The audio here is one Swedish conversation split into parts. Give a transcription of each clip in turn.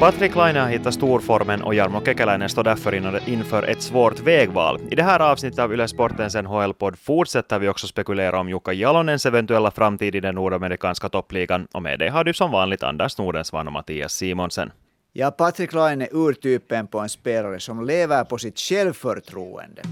Patrik Laine har hittat storformen och Jarmo Kekäläinen står därför inför ett svårt vägval. I det här avsnittet av Yle Sportens NHL-podd fortsätter vi också spekulera om Jukka Jalonens eventuella framtid i den nordamerikanska toppligan, och med det har du som vanligt Anders Nordensvan och Mattias Simonsen. Ja, Patrik Laine är urtypen på en spelare som lever på sitt självförtroende.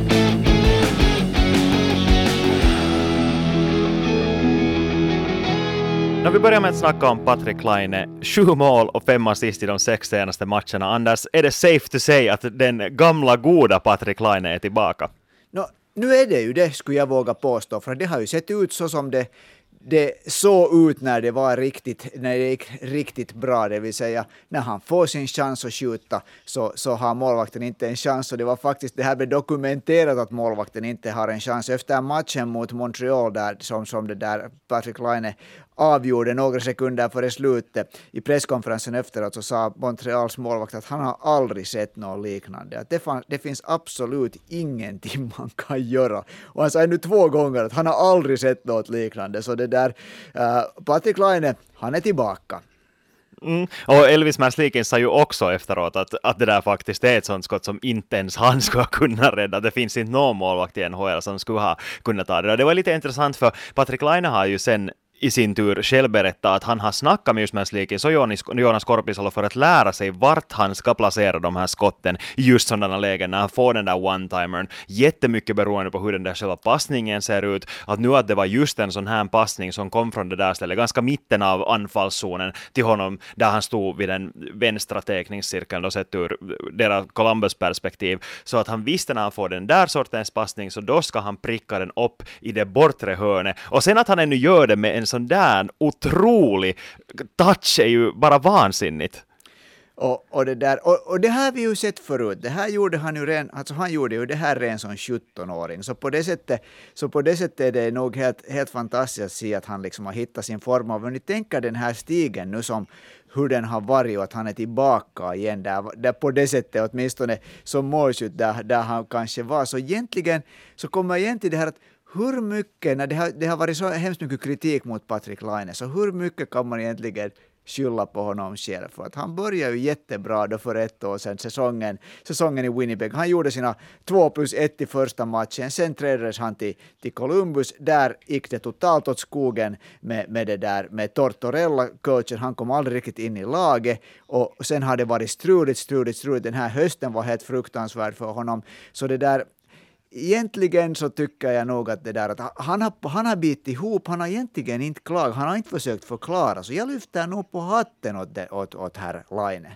När vi börjar med att snacka om Patrik Laine, 7 mål och 5 assist i de 6 senaste matcherna. Anders, är det safe to say att den gamla goda Patrik Laine är tillbaka? Nu är det ju det, skulle jag våga påstå, för det har ju sett ut så som det såg ut när det gick riktigt bra, det vill säga när han får sin chans att skjuta så har målvakten inte en chans, och det var faktiskt det här blev dokumenterat att målvakten inte har en chans efter matchen mot Montreal där som det där Patrik Laine avgjorde några sekunder före slutet. I presskonferensen efteråt så sa Montreals målvakt att han har aldrig sett något liknande. Att det finns absolut ingenting man kan göra. Och han sa nu 2 gånger att han har aldrig sett något liknande. Så det där, Patrik Laine, han är tillbaka. Och Elvis Merzlikins sa ju också efteråt att det där faktiskt är ett sånt skott som inte ens han skulle kunna rädda. Det finns inte någon målvakt i NHL som skulle ha kunnat ta det. Det var lite intressant, för Patrik Laine har ju sen i sin tur själv berätta att han har snackat med just Merzlikins och Jonas Korpisalo för att lära sig vart han ska placera de här skotten i just sådana lägen när han får den där one-timern. Jättemycket beroende på hur den där själva passningen ser ut. Att nu att det var just en sån här passning som kom från det där stället, ganska mitten av anfallszonen till honom, där han stod vid den vänstra teckningscirkeln då sett ur deras Columbus perspektiv. Så att han visste när han får den där sortens passning, så då ska han pricka den upp i det bortre hörnet. Och sen att han ännu gör det med en sån där otrolig touch är ju bara vansinnigt. Och det där, och det här vi ju sett förut. Det här gjorde han ju redan, alltså han gjorde ju det här redan som 17-åring. Så på det sättet är det nog helt fantastiskt att se att han liksom har hittat sin form av. Om ni tänker den här stigen nu som hur den har varit och att han är tillbaka igen där på det sättet åtminstone som målskytt där han kanske var. Så egentligen så kommer igen till det här att hur mycket, när det har varit så hemskt mycket kritik mot Patrik Laine, så hur mycket kan man egentligen skylla på honom själv? För att han började ju jättebra då för 1 år sedan, säsongen i Winnipeg. Han gjorde sina 2+1 i första matchen, sen träddes han till Columbus. Där gick det totalt åt skogen med det där med Tortorella, coachen. Han kom aldrig riktigt in i laget, och sen har det varit struligt. Den här hösten var helt fruktansvärd för honom. Så det där, egentligen så tycker jag nog att det där att han har bitit ihop, han har egentligen inte klagat, han har inte försökt förklara, så jag lyfter nog på hatten åt herr Laine.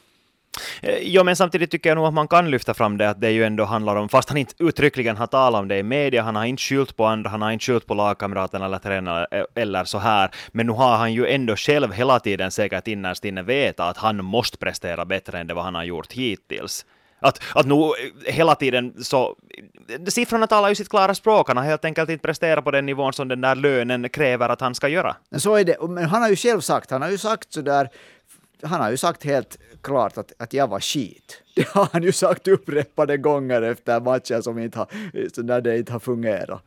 Ja, men samtidigt tycker jag nog att man kan lyfta fram det att det ju ändå handlar om, fast han inte uttryckligen har talat om det i media, han har inte skyllt på andra, han har inte skyllt på lagkamraterna eller tränare eller så här, men nu har han ju ändå själv hela tiden säkert innerst inne veta att han måste prestera bättre än det vad han har gjort hittills. Att nu hela tiden så, siffrorna talar ju sitt klara språk, han har helt enkelt inte presterat på den nivån som den där lönen kräver att han ska göra. Så är det, men han har ju själv sagt, han har ju sagt helt klart att jag var skit. Det har han ju sagt upprepade gånger efter matcher när det inte har fungerat.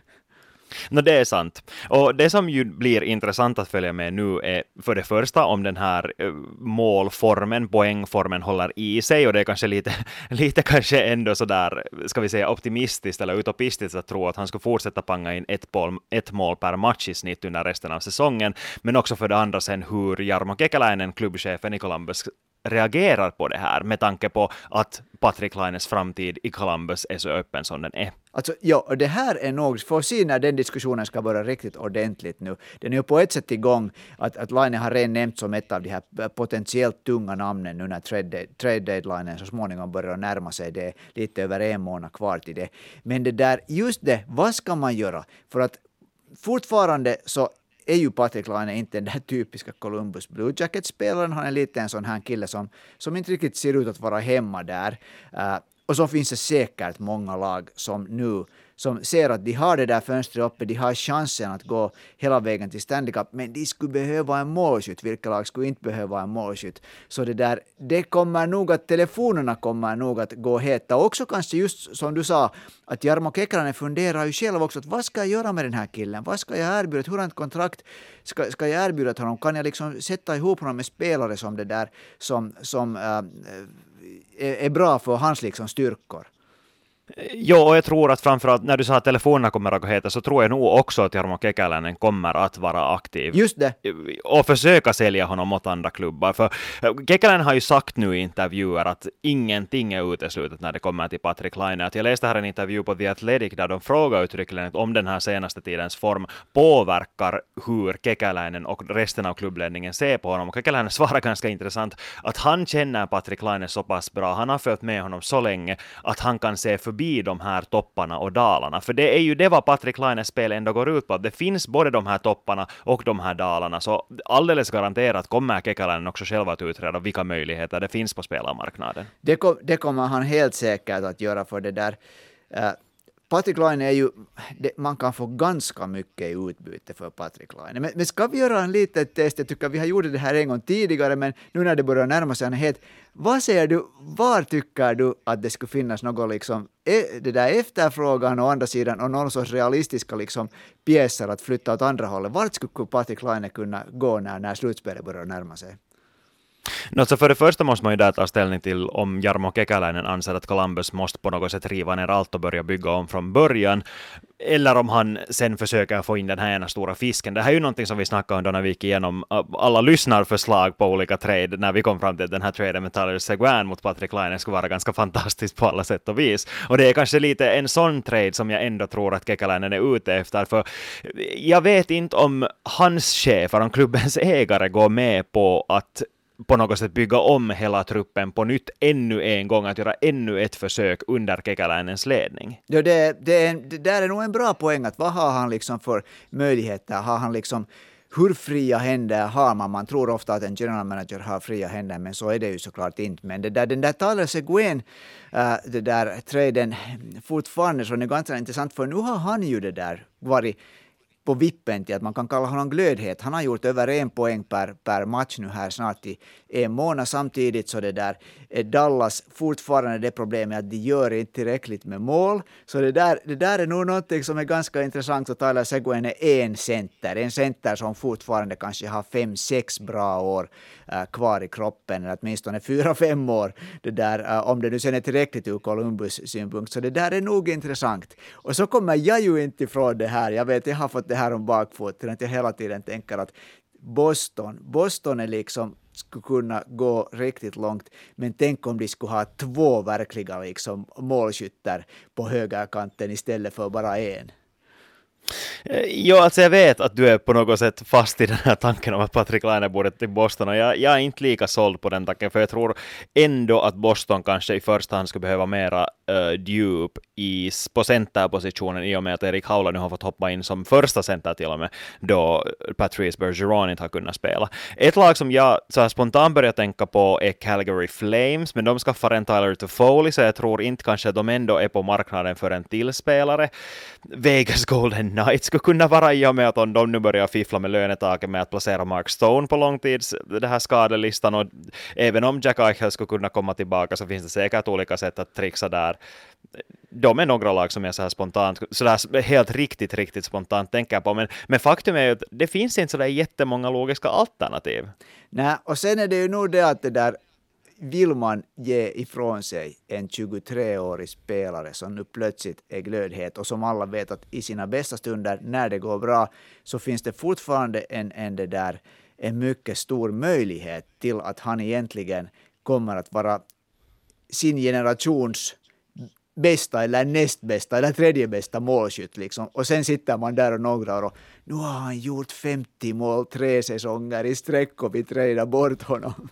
Det är sant. Och det som ju blir intressant att följa med nu är för det första om den här målformen, poängformen håller i sig, och det är kanske lite kanske ändå sådär, ska vi säga optimistiskt eller utopistiskt att tro att han ska fortsätta panga in ett mål per match i snitt under resten av säsongen, men också för det andra sen hur Jarmo Kekäläinen, klubbchefen i Columbus, reagerar på det här med tanke på att Patrik Laines framtid i Columbus är så öppen som den är. Alltså, ja, det här är nog, för att se när den diskussionen ska börja riktigt ordentligt nu. Den är ju på ett sätt igång att Laine har redan nämnt som ett av de här potentiellt tunga namnen nu när trade deadlinen så småningom börjar närma sig. Det är lite över 1 månad kvar till det. Men det där, just det, vad ska man göra? För att fortfarande så är ju Patrik Laine inte den där typiska Columbus Blue Jackets-spelaren. Han är lite en sån här kille som inte riktigt ser ut att vara hemma där. Och så finns det säkert många lag som nu som ser att de har det där fönstret uppe, de har chansen att gå hela vägen till Stanley Cup, men de skulle behöva en målskytt. Vilka lag skulle inte behöva en målskytt? Så det kommer nog att telefonerna kommer nog att gå heta. Också kanske just som du sa, att Jarmo Kekalainen funderar ju själv också, att vad ska jag göra med den här killen? Vad ska jag erbjuda? Hur ett kontrakt ska jag erbjuda honom? Kan jag liksom sätta ihop honom med spelare som det där som är bra för hans liksom styrkor? Jo, och jag tror att framförallt när du sa att telefonerna kommer att gå heta, så tror jag nog också att Jarmo Kekäläinen kommer att vara aktiv. Just det. Och försöka sälja honom åt andra klubbar. För Kekäläinen har ju sagt nu i intervjuer att ingenting är uteslutet när det kommer till Patrik Laine. Att jag läste här en intervju på The Athletic där de frågar uttryckligen om den här senaste tidens form påverkar hur Kekäläinen och resten av klubbledningen ser på honom. Och Kekäläinen svarar ganska intressant att han känner Patrik Laine så pass bra. Han har följt med honom så länge att han kan se förbi de här topparna och dalarna. För det är ju det vad Patrik Laines spel ändå går ut på. Att det finns både de här topparna och de här dalarna. Så alldeles garanterat kommer Kekäläinen också själv att utreda vilka möjligheter det finns på spelarmarknaden. Det kommer han helt säkert att göra, för det där. Patrik Laine är ju, man kan få ganska mycket i utbyte för Patrik Laine. Men ska vi göra en liten test? Jag tycker vi har gjort det här en gång tidigare, men nu när det börjar närma sig en het. Vad säger du, var tycker du att det skulle finnas något liksom, det där efterfrågan och andra sidan och någon sorts realistiska liksom pjäser att flytta åt andra hållet? Vart skulle Patrik Laine kunna gå när slutspelet börjar närma sig? Så för det första måste man ju där ta ställning till om Jarmo Kekäläinen anser att Columbus måste på något sätt riva ner allt och börja bygga om från början, eller om han sen försöker få in den här ena stora fisken. Det här är ju någonting som vi snackade om då när vi gick igenom alla lyssnarförslag på olika trade, när vi kom fram till att den här traden med Tyler Seguin mot Patrik Laine skulle vara ganska fantastisk på alla sätt och vis. Och det är kanske lite en sån trade som jag ändå tror att Kekäläinen är ute efter, för jag vet inte om hans chefer, om klubbens ägare går med på att på något sätt bygga om hela truppen på nytt ännu en gång, att göra ännu ett försök under Kekäläinens ledning. Ja, det där är nog en bra poäng, att vad har han liksom för möjligheter? Har han liksom, hur fria händer har man? Man tror ofta att en general manager har fria händer, men så är det ju såklart inte. Men den där Tyler Seguin, det där traden fortfarande, så är det ganska intressant, för nu har han ju det där varit på vippen till att man kan kalla honom glödhet. Han har gjort över 1 poäng per match nu här snart i en månad. Samtidigt så det där Dallas fortfarande det problemet att de gör inte tillräckligt med mål. Så det där är nog något som är ganska intressant, att Tyler Seguin är en center som fortfarande kanske har 5-6 bra år kvar i kroppen, eller åtminstone 4-5 år, det där, om det nu sen är tillräckligt ur Columbus synpunkt. Så det där är nog intressant. Och så kommer jag ju inte ifrån det här. Jag vet, jag har fått det här om bakfoten, att jag hela tiden tänker att Boston är liksom, skulle kunna gå riktigt långt, men tänk om de skulle ha 2 verkliga liksom målskyttar på högerkanten istället för bara en. Ja, alltså jag vet att du är på något sätt fast i den här tanken om att Patrik Laine borde till Boston, och jag är inte lika såld på den tanken, för jag tror ändå att Boston kanske i första hand skulle behöva mera djup på centerpositionen, i och med att Erik Haula nu har fått hoppa in som första center till och med, då Patrice Bergeron inte har kunnat spela. Ett lag som jag så här spontant börjar tänka på är Calgary Flames, men de skaffar en Tyler Toffoli, så jag tror inte kanske att de ändå är på marknaden för en tillspelare. Vegas Golden Knights skulle kunna vara, i och med att om de nu börjar fiffla med lönetaket med att placera Mark Stone på långtids det här skadelistan, och även om Jack Eichel skulle kunna komma tillbaka, så finns det säkert olika sätt att trixa där. De är några lag som jag så här spontant, så där helt riktigt spontant tänker på, men faktum är ju att det finns inte så där jättemånga logiska alternativ. Nej, och sen är det ju nog det att det där, vill man ge ifrån sig en 23-årig spelare som nu plötsligt är glödhet, och som alla vet att i sina bästa stunder när det går bra, så finns det fortfarande en mycket stor möjlighet till att han egentligen kommer att vara sin generations bästa eller nästbästa eller tredje bästa målskytt liksom. Och sen sitter man där och några år och nu har han gjort 50 mål 3 säsonger i sträck och vi tradar bort honom.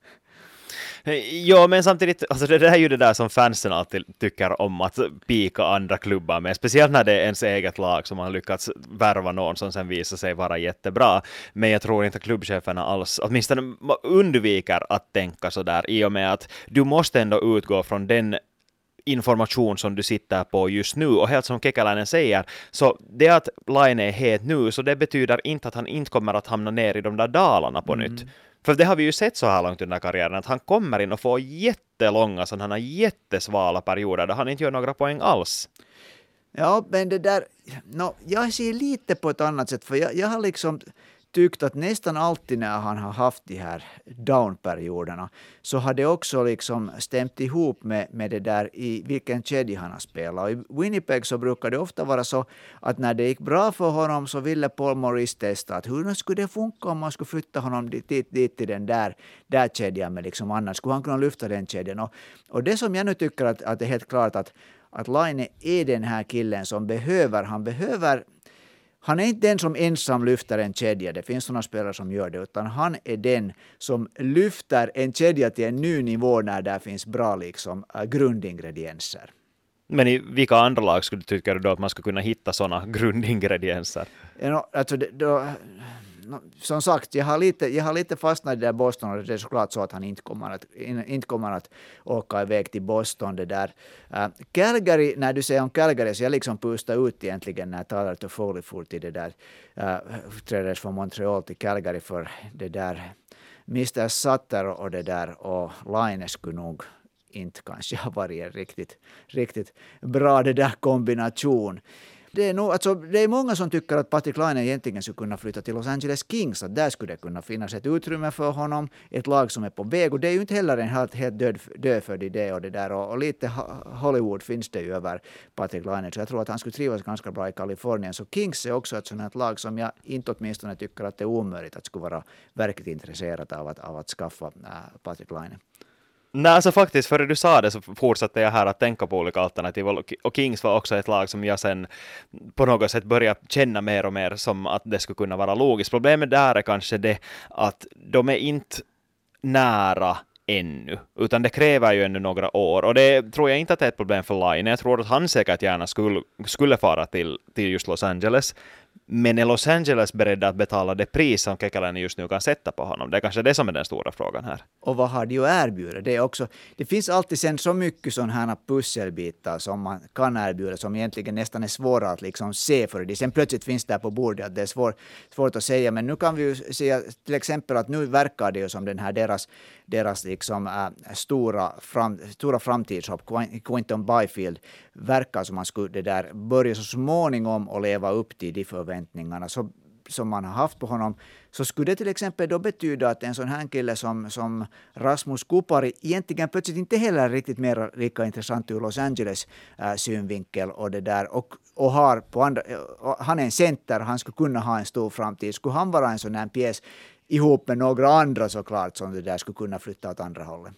Ja, men samtidigt, alltså det är ju det där som fansen alltid tycker om att pika andra klubbar med, speciellt när det är ens eget lag som har lyckats värva någon som sen visar sig vara jättebra. Men jag tror inte klubbcheferna alls, åtminstone undviker att tänka så där, i och med att du måste ändå utgå från den information som du sitter på just nu. Och helt som Kekäläinen säger, så det att Laine är het nu, så det betyder inte att han inte kommer att hamna ner i de där dalarna på nytt. För det har vi ju sett så här långt under karriären, att han kommer in och får jättelånga sådana jättesvala perioder där han inte gör några poäng alls. Ja, men det där, jag ser lite på ett annat sätt, för jag har liksom tyckt att nästan alltid när han har haft de här downperioderna så har det också liksom stämt ihop med det där i vilken kedja han har spelat. Och i Winnipeg så brukar det ofta vara så att när det gick bra för honom så ville Paul Maurice testa att hur skulle det funka om man skulle flytta honom dit till den där kedjan, men liksom annars skulle han kunna lyfta den kedjan. Och det som jag nu tycker att det är helt klart att Laine är den här killen som han är inte den som ensam lyfter en kedja. Det finns sådana spelare som gör det. Utan han är den som lyfter en kedja till en ny nivå när det finns bra liksom, grundingredienser. Men i vilka andra lag skulle du tycka då att man skulle kunna hitta sådana grundingredienser? Alltså som sagt, jag har lite fastnat i det där Boston, och det är såklart så att han inte kommer att åka iväg till Boston. Det där. Calgary, när du säger om Calgary, så jag liksom pustar ut egentligen när jag talar till Foley for till det där träddes från Montreal till Calgary för det där Mr. Sutter och det där, och Laine skulle nog inte kanske ha varit en riktigt bra det där kombination. Det är många som tycker att Patrik Laine egentligen skulle kunna flytta till Los Angeles Kings. Att där skulle det kunna finnas ett utrymme för honom. Ett lag som är på väg. Och det är ju inte heller en helt dödfödd idé. Och, det där. Och lite Hollywood finns det ju över Patrik Laine. Så jag tror att han skulle trivas ganska bra i Kalifornien. Så Kings är också ett sådant lag som jag inte åtminstone tycker att det är omöjligt att skulle vara verkligt intresserad av att skaffa Patrik Laine. Nej, alltså faktiskt, före du sa det så fortsatte jag här att tänka på olika alternativ, och Kings var också ett lag som jag sen på något sätt började känna mer och mer som att det skulle kunna vara logiskt. Problemet där är kanske det att de är inte nära ännu, utan det kräver ju ännu några år, och det tror jag inte att det är ett problem för Laine. Jag tror att han säkert gärna skulle fara till just Los Angeles. Men är Los Angeles beredda att betala det pris som Kekäläinen just nu kan sätta på honom? Det är kanske det som är den stora frågan här. Och vad har de att erbjuda? Det finns alltid sen så mycket sådana här pusselbitar som man kan erbjuda, som egentligen nästan är svåra att liksom se för det. Sen plötsligt finns det på bordet att det är svårt att säga. Men nu kan vi ju säga till exempel att nu verkar det ju som den här deras liksom, stora framtidshopp, Quinton Byfield, verkar som man skulle det där börja så småningom och leva upp till de förväntningarna som man har haft på honom. Så skulle det till exempel då betyda att en sån här kille som Rasmus Kupari egentligen plötsligt inte heller riktigt mer lika intressant ur Los Angeles synvinkel och det där, och har på andra, han är en center, han skulle kunna ha en stor framtid. Skulle han vara en sån här pjäs ihop med några andra såklart som det där skulle kunna flytta åt andra hållet?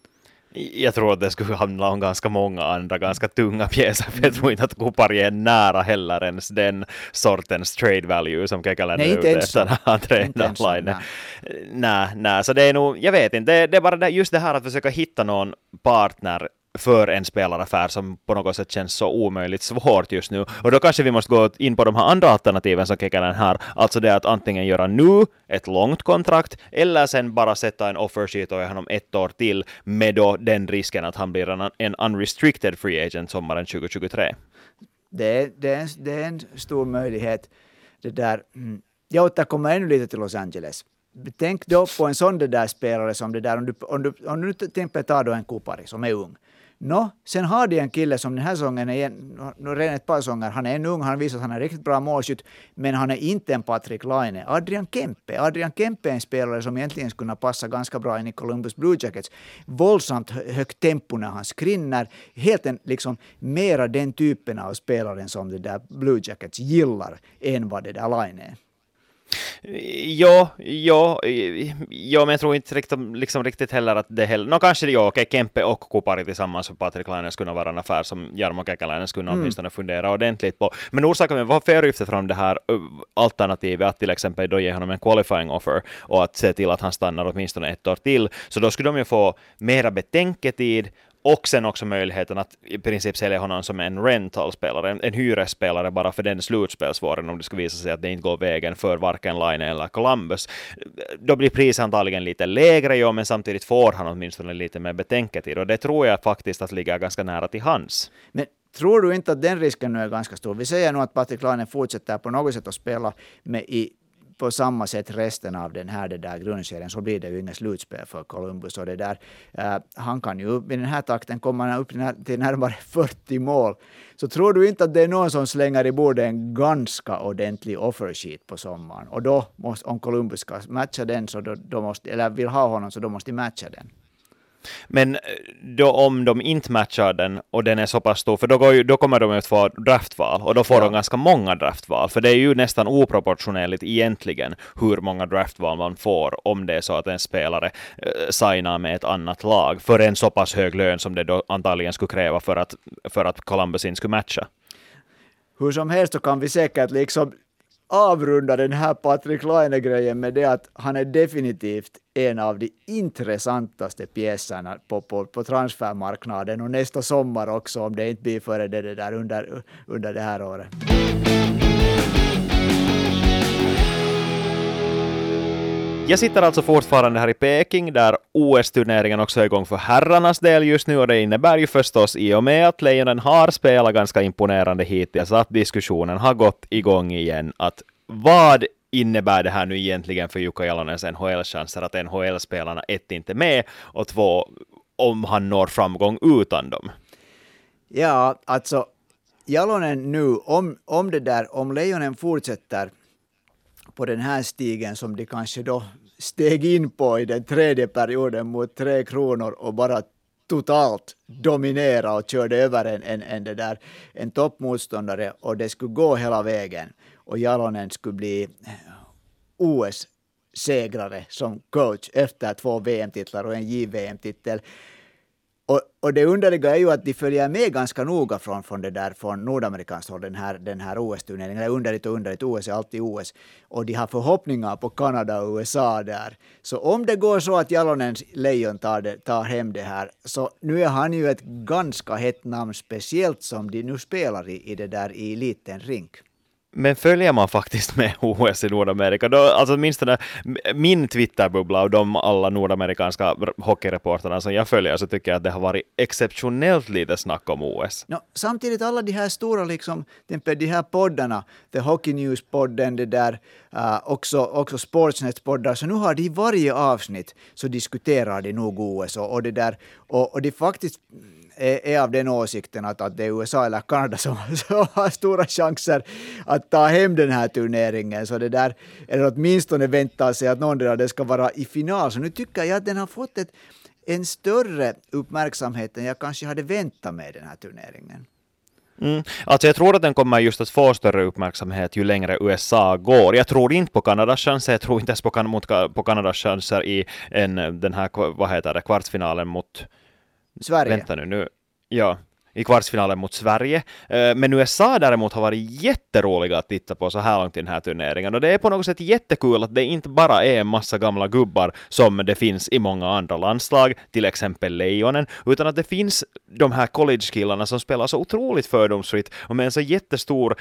Jag tror att det skulle handla om ganska många andra ganska tunga pjäser, för jag tror inte att Kupari är nära heller ens den sortens trade value som Kekäläinen är ute efter när han tränar Laine. Nej, så det är nog, jag vet inte, det är bara just det här att försöka hitta någon partner för en spelaraffär som på något sätt känns så omöjligt svårt just nu. Och då kanske vi måste gå in på de här andra alternativen som Kekäläinen har. Alltså det att antingen göra nu ett långt kontrakt eller sen bara sätta en offer sheet och ge honom 1 år till med då den risken att han blir en unrestricted free agent sommaren 2023. Det är en stor möjlighet. Det där. Jag återkommer ännu lite till Los Angeles. Tänk då på en sån där spelare som det där, om du till exempel tar då en Kupari som är ung. Sen har de en kille som den här säsongen är redan ett par säsonger. Han är en ung, han visar att han är riktigt bra målskytt, men han är inte en Patrik Laine. Adrian Kempe är en spelare som egentligen skulle kunna passa ganska bra in i Columbus Blue Jackets. Våldsamt högt tempo när han skrinnar. Helt liksom mera den typen av spelaren som det där Blue Jackets gillar än vad det där Laine är. Ja, men jag tror inte riktigt heller att det heller. Kanske Kempe och Kupari tillsammans för Patrik Laine skulle vara en affär som Jarmo Kekäläinen skulle åtminstone fundera ordentligt på. Men orsaken med varför jag lyfter fram det här alternativet att till exempel då ge honom en qualifying offer och att se till att han stannar åtminstone 1 år till, så då skulle de ju få mera betänketid Och sen också möjligheten att i princip sälja honom som en rental-spelare, en hyresspelare bara för den slutspelsvåren om det skulle visa sig att det inte går vägen för varken Line eller Columbus. Då blir priset antagligen lite lägre, men samtidigt får han åtminstone lite mer betänketid, och det tror jag faktiskt att ligger ganska nära till hands. Men tror du inte att den risken nu är ganska stor? Vi säger nu att Patrik Laine fortsätter på något sätt att spela på samma sätt resten av den här grundserien, så blir det ju inget slutspel för Columbus. Och han kan ju i den här takten komma upp till närmare 40 mål. Så tror du inte att det är någon som slänger i bordet en ganska ordentlig offersheet på sommaren? Och då måste, om Columbus ska matcha den, så då måste, eller vill ha honom, så då måste de matcha den. Men då om de inte matchar den och den är så pass stor, för då kommer de att få draftval, och då får de ganska många draftval, för det är ju nästan oproportionerligt egentligen hur många draftval man får om det är så att en spelare signar med ett annat lag för en så pass hög lön som det då antagligen skulle kräva för att Columbus inte skulle matcha. Hur som helst så kan vi säkert liksom avrunda den här Patrik Laine-grejen med det att han är definitivt en av de intressantaste pjäserna på transfermarknaden, och nästa sommar också, om det inte blir före det där under det här året. Jag sitter alltså fortfarande här i Peking, där OS-turneringen också är igång för herrarnas del just nu, och det innebär ju förstås, i och med att Lejonen har spelat ganska imponerande hittills, att diskussionen har gått igång igen, att vad innebär det här nu egentligen för Jukka Jalonens NHL-chanser, att NHL-spelarna inte är med, och 2, om han når framgång utan dem? Ja, alltså Jalonen nu, om Lejonen fortsätter på den här stigen som de kanske då steg in på i den tredje perioden mot 3 Kronor, och bara totalt dominera och körde över en toppmotståndare, och det skulle gå hela vägen, och Jalonen skulle bli OS-segrare som coach efter 2 VM-titlar och en JVM-titel. Och det underliga är ju att de följer med ganska noga från nordamerikanskt håll den här OS-turneringen. Det är underligt, OS är alltid OS. Och de har förhoppningar på Kanada och USA där. Så om det går så att Jalonens Lejon tar hem det här, så nu är han ju ett ganska hett namn, speciellt som de nu spelar i liten rink. Men följer man faktiskt med OS i Nordamerika, då, alltså åtminstone min Twitterbubbla och de alla nordamerikanska hockeyreporterna som jag följer, så tycker jag att det har varit exceptionellt lite snack om OS. Samtidigt alla de här stora liksom, de här poddarna, The Hockey News-podden, det där, också Sportsnet-poddar, så nu har de varje avsnitt så diskuterar de nog OS och det där, och de faktiskt är av den åsikten att det är USA eller Kanada som har stora chanser att ta hem den här turneringen. Så det där, eller åtminstone väntar sig att någon av det ska vara i final. Så nu tycker jag att den har fått en större uppmärksamhet än jag kanske hade väntat med den här turneringen. Alltså jag tror att den kommer just att få större uppmärksamhet ju längre USA går. Jag tror inte på Kanadas chanser, jag tror inte ens på Kanadas chanser i den här, kvartsfinalen mot Sverige. Vänta nu. Ja, i kvartsfinalen mot Sverige. Men USA däremot har varit jätteroliga att titta på så här långt i den här turneringen. Och det är på något sätt jättekul att det inte bara är en massa gamla gubbar som det finns i många andra landslag, till exempel Lejonen, utan att det finns de här college-killarna som spelar så otroligt fördomsfritt och med en så jättestor,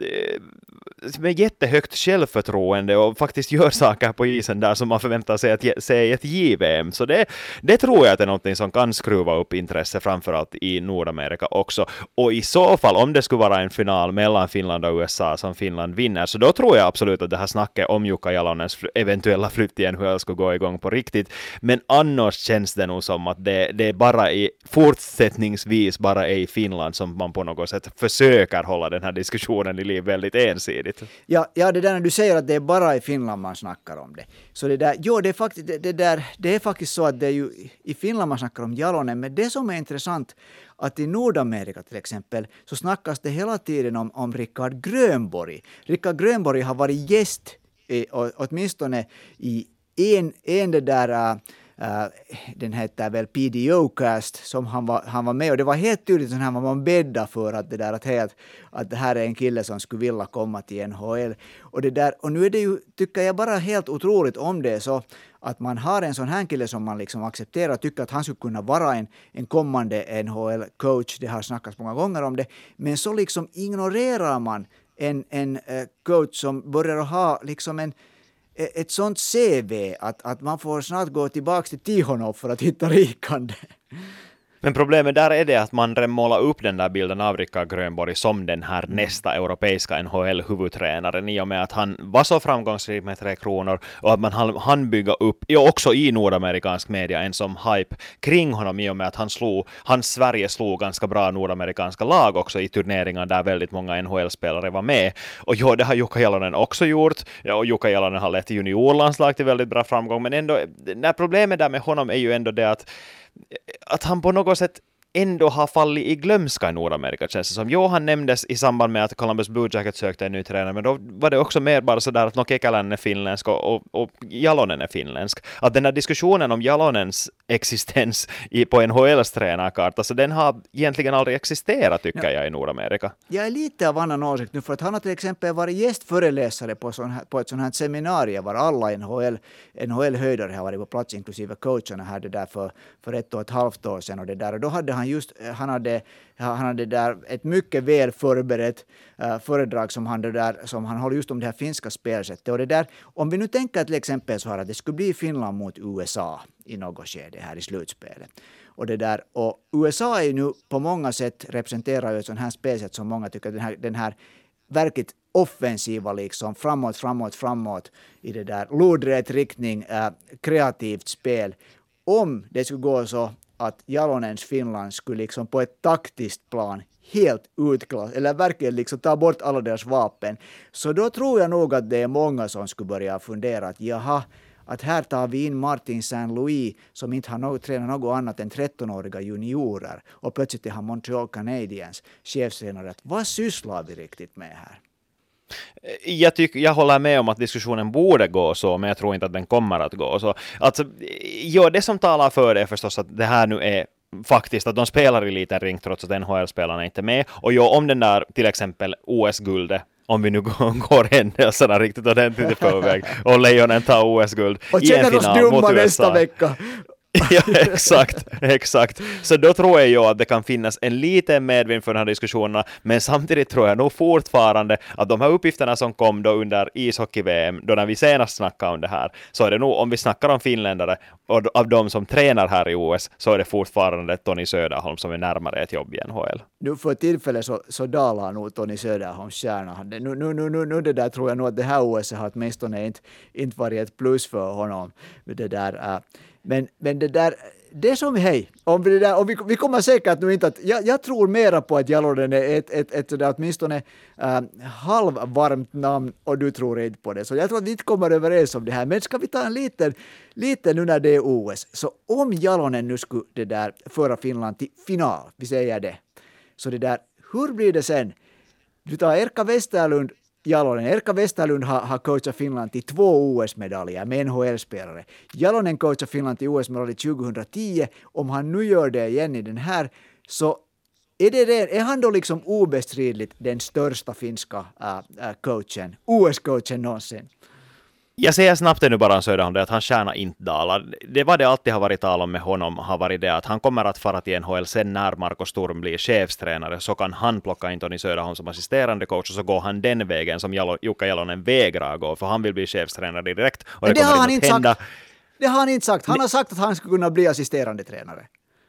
med jättehögt självförtroende och faktiskt gör saker på isen där som man förväntar sig att se i ett JVM. Så det tror jag att är något som kan skruva upp intresse framförallt i Nordamerika också. Och i så fall, om det skulle vara en final mellan Finland och USA som Finland vinner, så då tror jag absolut att det här snacket om Jukka Jalonens eventuella flytt i NHL skulle gå igång på riktigt. Men annars känns det nog som att det är bara fortsättningsvis bara i Finland som man på något sätt försöker hålla den här diskussionen i liv väldigt ensidigt. Ja, det där när du säger att det är bara i Finland man snackar om det. Så det där, jo, det är faktiskt så att det är ju i Finland man snackar om Jalonen, men det som är intressant att i Nordamerika till exempel så snackas det hela tiden om Rickard Grönborg. Rickard Grönborg har varit gäst åtminstone i en den heter väl PDO-cast som han var med, och det var helt tydligt att han var bädda för att att det här är en kille som skulle vilja komma till NHL. Och nu är det ju, tycker jag, bara helt otroligt om det så att man har en sån här kille som man liksom accepterar och tycker att han skulle kunna vara en kommande NHL-coach. Det har snackats många gånger om det. Men så liksom ignorerar man en coach som börjar ha liksom ett sånt CV att man får snart gå tillbaka till Tikhonov för att hitta rikande. Men problemet där är det att man målar upp den där bilden av Rickard Grönborg som den här nästa europeiska NHL-huvudtränaren i och med att han var så framgångsrik med 3 kronor och att man hann bygga upp, också i nordamerikansk media, en som hype kring honom i och med att Sverige slog ganska bra nordamerikanska lag också i turneringar där väldigt många NHL-spelare var med. Och ja, det har Jukka Jalonen också gjort. Ja, och Jukka Jalonen har lett juniorlandslag till väldigt bra framgång, men ändå, när problemet där med honom är ju ändå det att han på något sätt ändå har fallit i glömska i Nordamerika, känns det som. Jo, han nämndes i samband med att Columbus Blue Jackets sökte en ny tränare, men då var det också mer bara sådär att Kekäläinen är finländsk och Jalonen är finländsk. Att den här diskussionen om Jalonens existens på NHLs tränarkarta, så den har egentligen aldrig existerat, tycker jag, i Nordamerika. Jag är lite av annan åsikt nu, för att han har till exempel varit gästföreläsare på ett sånt här seminarium var alla NHL-höjdare har varit på plats, inklusive coacherna här det där för 1,5 år sedan, och då hade han hade där ett mycket väl förberett föredrag som han håller just om det här finska spelsättet. Och det där, om vi nu tänker till exempel så här att det skulle bli Finland mot USA i något skede här i slutspelet. Och USA är ju nu på många sätt representerar ju ett sånt här spelsätt som många tycker den här verkligt offensiva liksom framåt i det där lodrätt riktning, kreativt spel. Om det skulle gå så att Jalonens Finland skulle liksom på ett taktiskt plan helt utklass, eller verkligen liksom ta bort alla deras vapen, så då tror jag nog att det är många som skulle börja fundera att här tar vi in Martin Saint-Louis som inte har tränat något annat än 13-åriga juniorer, och plötsligt är han Montreal Canadiens chefstränare. Att vad sysslar vi riktigt med här? Jag håller med om att diskussionen borde gå så, men jag tror inte att den kommer att gå så. Alltså, det som talar för det är förstås att det här nu är faktiskt att de spelar i liten ring trots att NHL-spelarna inte är med. Och om den där till exempel OS-guldet, om vi nu går händelserna riktigt ordentligt i förväg och Lejonen tar OS-guld i en final mot USA. Nästa vecka. Ja, exakt. Så då tror jag att det kan finnas en liten medvind för den här diskussionerna, men samtidigt tror jag nog fortfarande att de här uppgifterna som kom då under ishockey-VM, då när vi senast snackade om det här, så är det nog, om vi snackar om finländare och av de som tränar här i OS, så är det fortfarande Tony Söderholm som är närmare ett jobb i NHL. Nu för tillfället så dalar nog Tony Söderholms stjärna. Nu det där tror jag nog att det här OS har åtminstone inte varit ett plus för honom. Det där Men det som vi kommer säkert nu inte att jag tror mera på att Jalonen är ett åtminstone halvvarmt namn, och du tror inte på det. Så jag tror att vi inte kommer överens om det här. Men ska vi ta en liten nu när det är OS. Så om Jalonen nu skulle föra Finland till final, vi säger det. Så hur blir det sen? Du tar Erkka Westerlund, Jalonen. Erkka Westerlund har coachat Finland till 2 OS-medaljer med NHL-spelare. Jalonen coachar Finland till OS-medalj 2010. Om han nu gör det igen i den här, så är han då liksom obestridligt den största finska coachen, OS-coachen någonsin. Jag säger snabbt nu bara om Söderholm att han tjänar inte dalar. Det var det alltid har varit tal om med honom, har varit det att han kommer att fara till NHL sen när Marco Sturm blir chefstränare, så kan han plocka in Tony Söderholm som assisterande coach, och så går han den vägen som Jukka Jalonen vägrar gå, för han vill bli chefstränare direkt. Och men det har han inte sagt. Det har han inte sagt. Han har sagt att han skulle kunna bli assisterande tränare.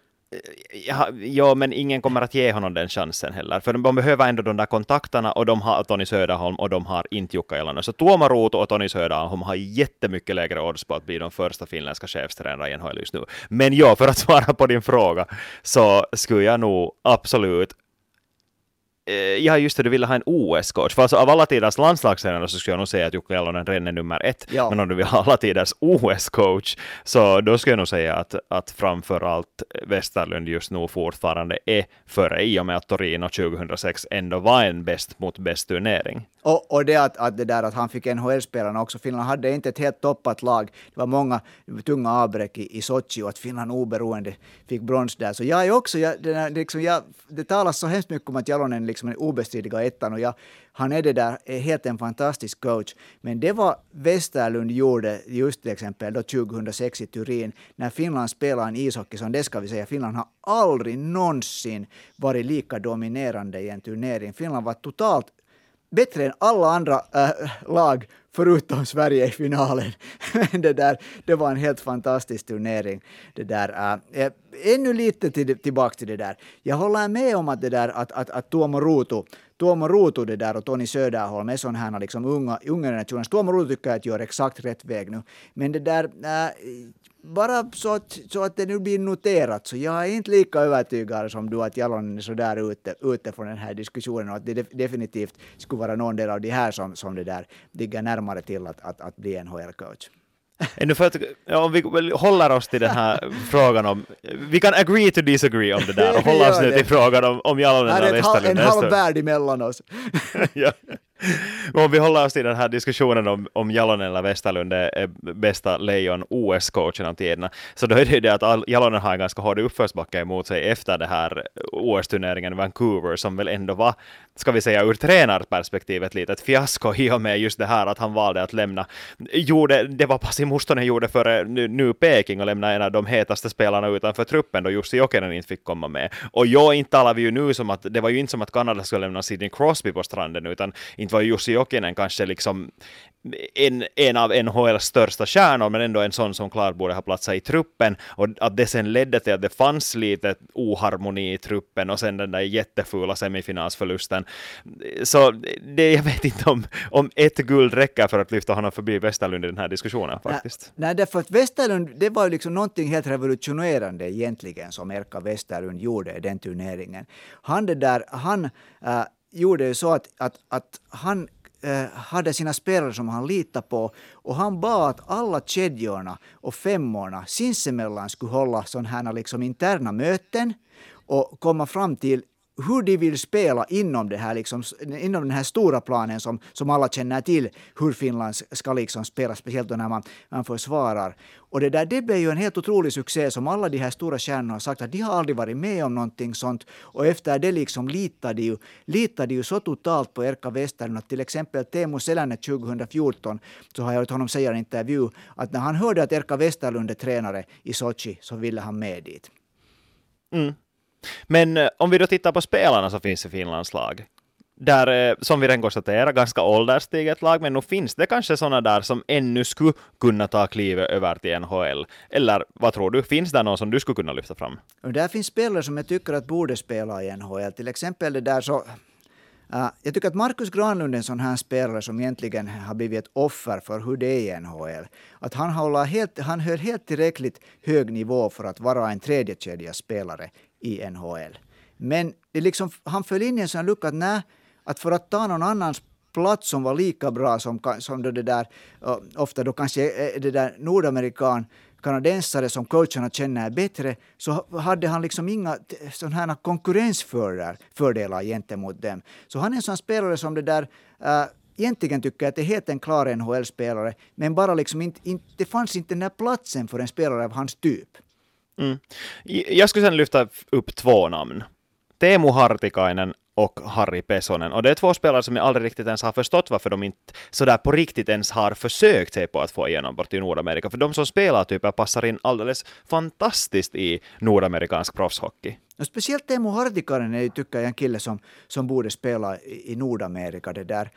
Ja, men ingen kommer att ge honom den chansen heller. För de behöver ändå de där kontakterna, och de har Tony Söderholm och de har inte Jukka Jalonen. Så Tuomo Ruutu och Tony Söderholm har jättemycket lägre odds på att bli de första finländska chefstränare i NHL just nu. Men ja, för att svara på din fråga så skulle jag nog absolut Ja just det, du ville ha en OS-coach. För alltså, av alla tiders landslagstränare så skulle jag nog säga att Jukka Jalonen redan är nummer 1. Ja. Men om du vill ha alla tiders OS-coach så då skulle jag nog säga att framförallt Westerlund just nu fortfarande är före, i och med att Torino 2006 ändå var en bäst mot bäst turnering. Och det att det där att han fick NHL-spelarna också. Finland hade inte ett helt toppat lag. Det var många tunga avbräck i Sochi och att Finland oberoende fick brons där. Så jag är också, det talas så hemskt mycket om att Jalonen liksom är obestridliga ettan och han är det där, är helt en fantastisk coach. Men det var Westerlund gjorde just till exempel då 2006 i Turin när Finland spelar en ishockey som det ska vi säga. Finland har aldrig någonsin varit lika dominerande i en turnering. Finland var totalt bättre än alla andra lag förutom Sverige i finalen. Det var en helt fantastisk turnering. Ännu lite tillbaka till det där. Jag håller med om att det där att Tuomo Ruutu det där och Toni Söderholm är sån här liksom unga generationen. Tuomo Ruutu tycker att gör exakt rätt väg nu. Men det där bara så att det nu blir noterat, så jag är inte lika övertygad som du att Jalonen är så där ute från den här diskussionen och att det definitivt skulle vara någon del av det här som det där ligger närmare till att bli en NHL-coach. Om vi håller oss till den här frågan om, vi kan agree to disagree om det där och hålla oss nu till frågan om Jalonen och Westerlund. En halv värld emellan oss. Ja. Om vi håller oss till den här diskussionen om Jalonen eller Westerlund är bästa lejon OS-coachen av tiderna, så då är det ju det att Jalonen har en ganska hård uppförsbacke emot sig efter det här OS-turneringen i Vancouver som väl ändå var, ska vi säga ur tränarperspektivet lite ett fiasko i och med just det här att han valde att lämna. Det var Pasi Mustonen gjorde före nu Peking och lämna en av de hetaste spelarna utanför truppen då Jussi Jokinen inte fick komma med. Och inte talar vi ju nu som att det var ju inte som att Kanada skulle lämna Sidney Crosby på stranden, utan inte var Jussi Jokinen kanske liksom en av NHLs största stjärnor, men ändå en sån som klart borde ha platsat i truppen, och att det sen ledde till att det fanns lite oharmoni i truppen och sen den där jättefula semifinalsförlusten. Så jag vet inte om ett guld räcker för att lyfta honom förbi Westerlund i den här diskussionen faktiskt. Nej, därför att Westerlund, det var ju liksom någonting helt revolutionerande egentligen som Erkka Westerlund gjorde i den turneringen. Han gjorde ju så att han hade sina spelare som han litade på, och han bad att alla kedjorna och femmorna sinsemellan skulle hålla sådana här liksom interna möten och komma fram till hur de vill spela inom det här liksom, inom den här stora planen som alla känner till hur Finland ska liksom spela, speciellt då när man försvarar. Och det blev ju en helt otrolig succé som alla de här stora stjärnorna har sagt att de har aldrig varit med om någonting sånt, och efter det liksom litade ju så totalt på Erkka Westerlund att till exempel Teemu Selänne 2014, så har jag hört honom säga i en intervju att när han hörde att Erkka Westerlund är tränare i Sochi så ville han med dit. Mm. Men om vi då tittar på spelarna så finns det Finlands lag. Där, som vi redan konstaterar, ganska ålderstiget lag, men nu finns det kanske sådana där som ännu skulle kunna ta klivet över till NHL. Eller vad tror du? Finns det någon som du skulle kunna lyfta fram? Och där finns spelare som jag tycker att borde spela i NHL. Till exempel det där så... jag tycker att Marcus Granlund är en sån här spelare som egentligen har blivit ett offer för hur det är i NHL. Att han höll helt tillräckligt hög nivå för att vara en tredje kedja spelare i NHL. Men det liksom, han föll in i en sån lucka att för att ta någon annans plats som var lika bra som då det där, ofta då kanske det där kanadensare som coacherna känner bättre, så hade han liksom inga sådana här konkurrensfördelar gentemot dem. Så han är en sån spelare som det där egentligen tycker att det är helt en klar NHL-spelare, men bara liksom det fanns inte den här platsen för en spelare av hans typ. Mm. Jag skulle sedan lyfta upp 2 namn. Teemu Hartikainen och Harri Pesonen. Och det är 2 spelare som jag aldrig riktigt ens har förstått varför de inte sådär på riktigt ens har försökt sig på att få genombrott i Nordamerika. För de som spelar typer passar in alldeles fantastiskt i nordamerikansk proffshockey. Och speciellt Teemu Hartikainen är, tycker jag, en kille som borde spela i Nordamerika. Det där.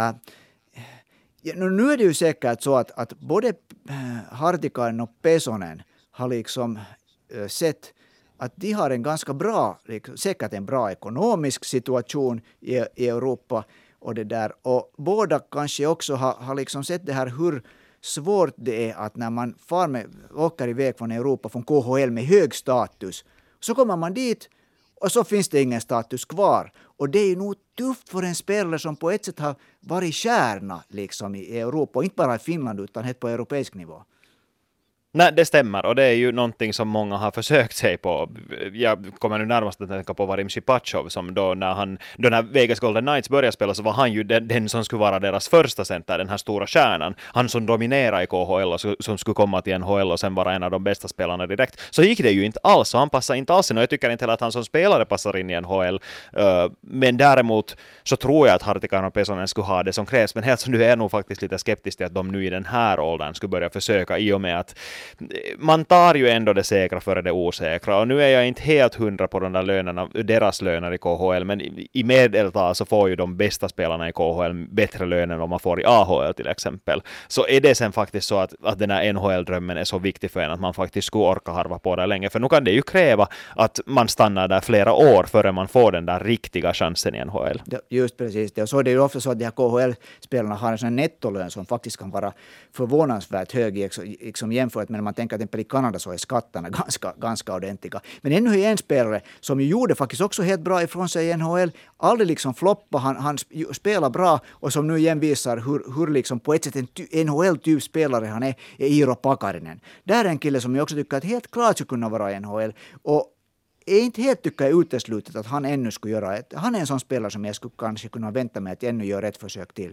Nu är det ju säkert så att både Hartikainen och Pesonen har liksom sett att de har en ganska bra, säkert en bra ekonomisk situation i Europa och det där. Och båda kanske också har liksom sett det här hur svårt det är att när man åker iväg från Europa, från KHL med hög status, så kommer man dit och så finns det ingen status kvar. Och det är ju nog tufft för en spelare som på ett sätt har varit stjärna liksom i Europa, och inte bara i Finland utan helt på europeisk nivå. Nej, det stämmer, och det är ju någonting som många har försökt sig på. Jag kommer nu närmast att tänka på Vadim Shipachov, som då när Vegas Golden Knights började spela så var han ju den som skulle vara deras första center, den här stora stjärnan. Han som dominerar i KHL och som skulle komma till NHL och sen vara en av de bästa spelarna direkt. Så gick det ju inte alls, och han passar inte alls in, och jag tycker inte heller att han som spelare passar in i NHL. Men däremot så tror jag att Hartikan och Pesonen skulle ha det som krävs, men helt som du är nog faktiskt lite skeptisk till att de nu i den här åldern skulle börja försöka, i och med att man tar ju ändå det säkra före det osäkra, och nu är jag inte helt 100 på de där lönerna, deras löner i KHL, men i medeltal så får ju de bästa spelarna i KHL bättre löner än vad man får i AHL till exempel. Så är det sen faktiskt så att den här NHL-drömmen är så viktig för en att man faktiskt skulle orka harva på det länge, för nu kan det ju kräva att man stannar där flera år före man får den där riktiga chansen i NHL. Just precis, och så är det ju ofta så att de här KHL-spelarna har en sån nettolön som faktiskt kan vara förvånansvärt hög liksom jämfört med när man tänker att i Kanada så är skatterna ganska ordentliga. Men ännu är en spelare som ju gjorde faktiskt också helt bra ifrån sig i NHL, aldrig liksom floppa, han spelar bra, och som nu igen visar hur liksom på ett sätt en NHL-typ spelare han är Iiro Pakarinen. Där är en kille som jag också tycker att helt klart skulle kunna vara i NHL, och är inte helt tycker jag uteslutet att han ännu skulle göra ett. Han är en sån spelare som jag skulle kanske kunna vänta mig att ännu gör ett försök till.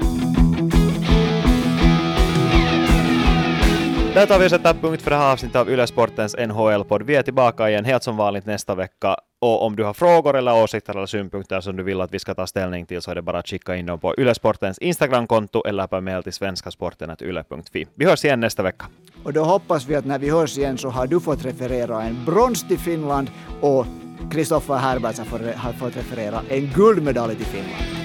Där tar vi och sätter punkt för det här avsnittet av Yle Sportens NHL-podd. Vi är tillbaka igen helt som vanligt nästa vecka. Och om du har frågor eller åsikter eller synpunkter som du vill att vi ska ta ställning till, så är det bara att skicka in dem på Yle Sportens Instagram-konto eller på mail till svenskasporten@yle.fi. Vi hörs igen nästa vecka. Och då hoppas vi att när vi hörs igen så har du fått referera en brons till Finland och Kristoffer Herberts har fått referera en guldmedalj till Finland.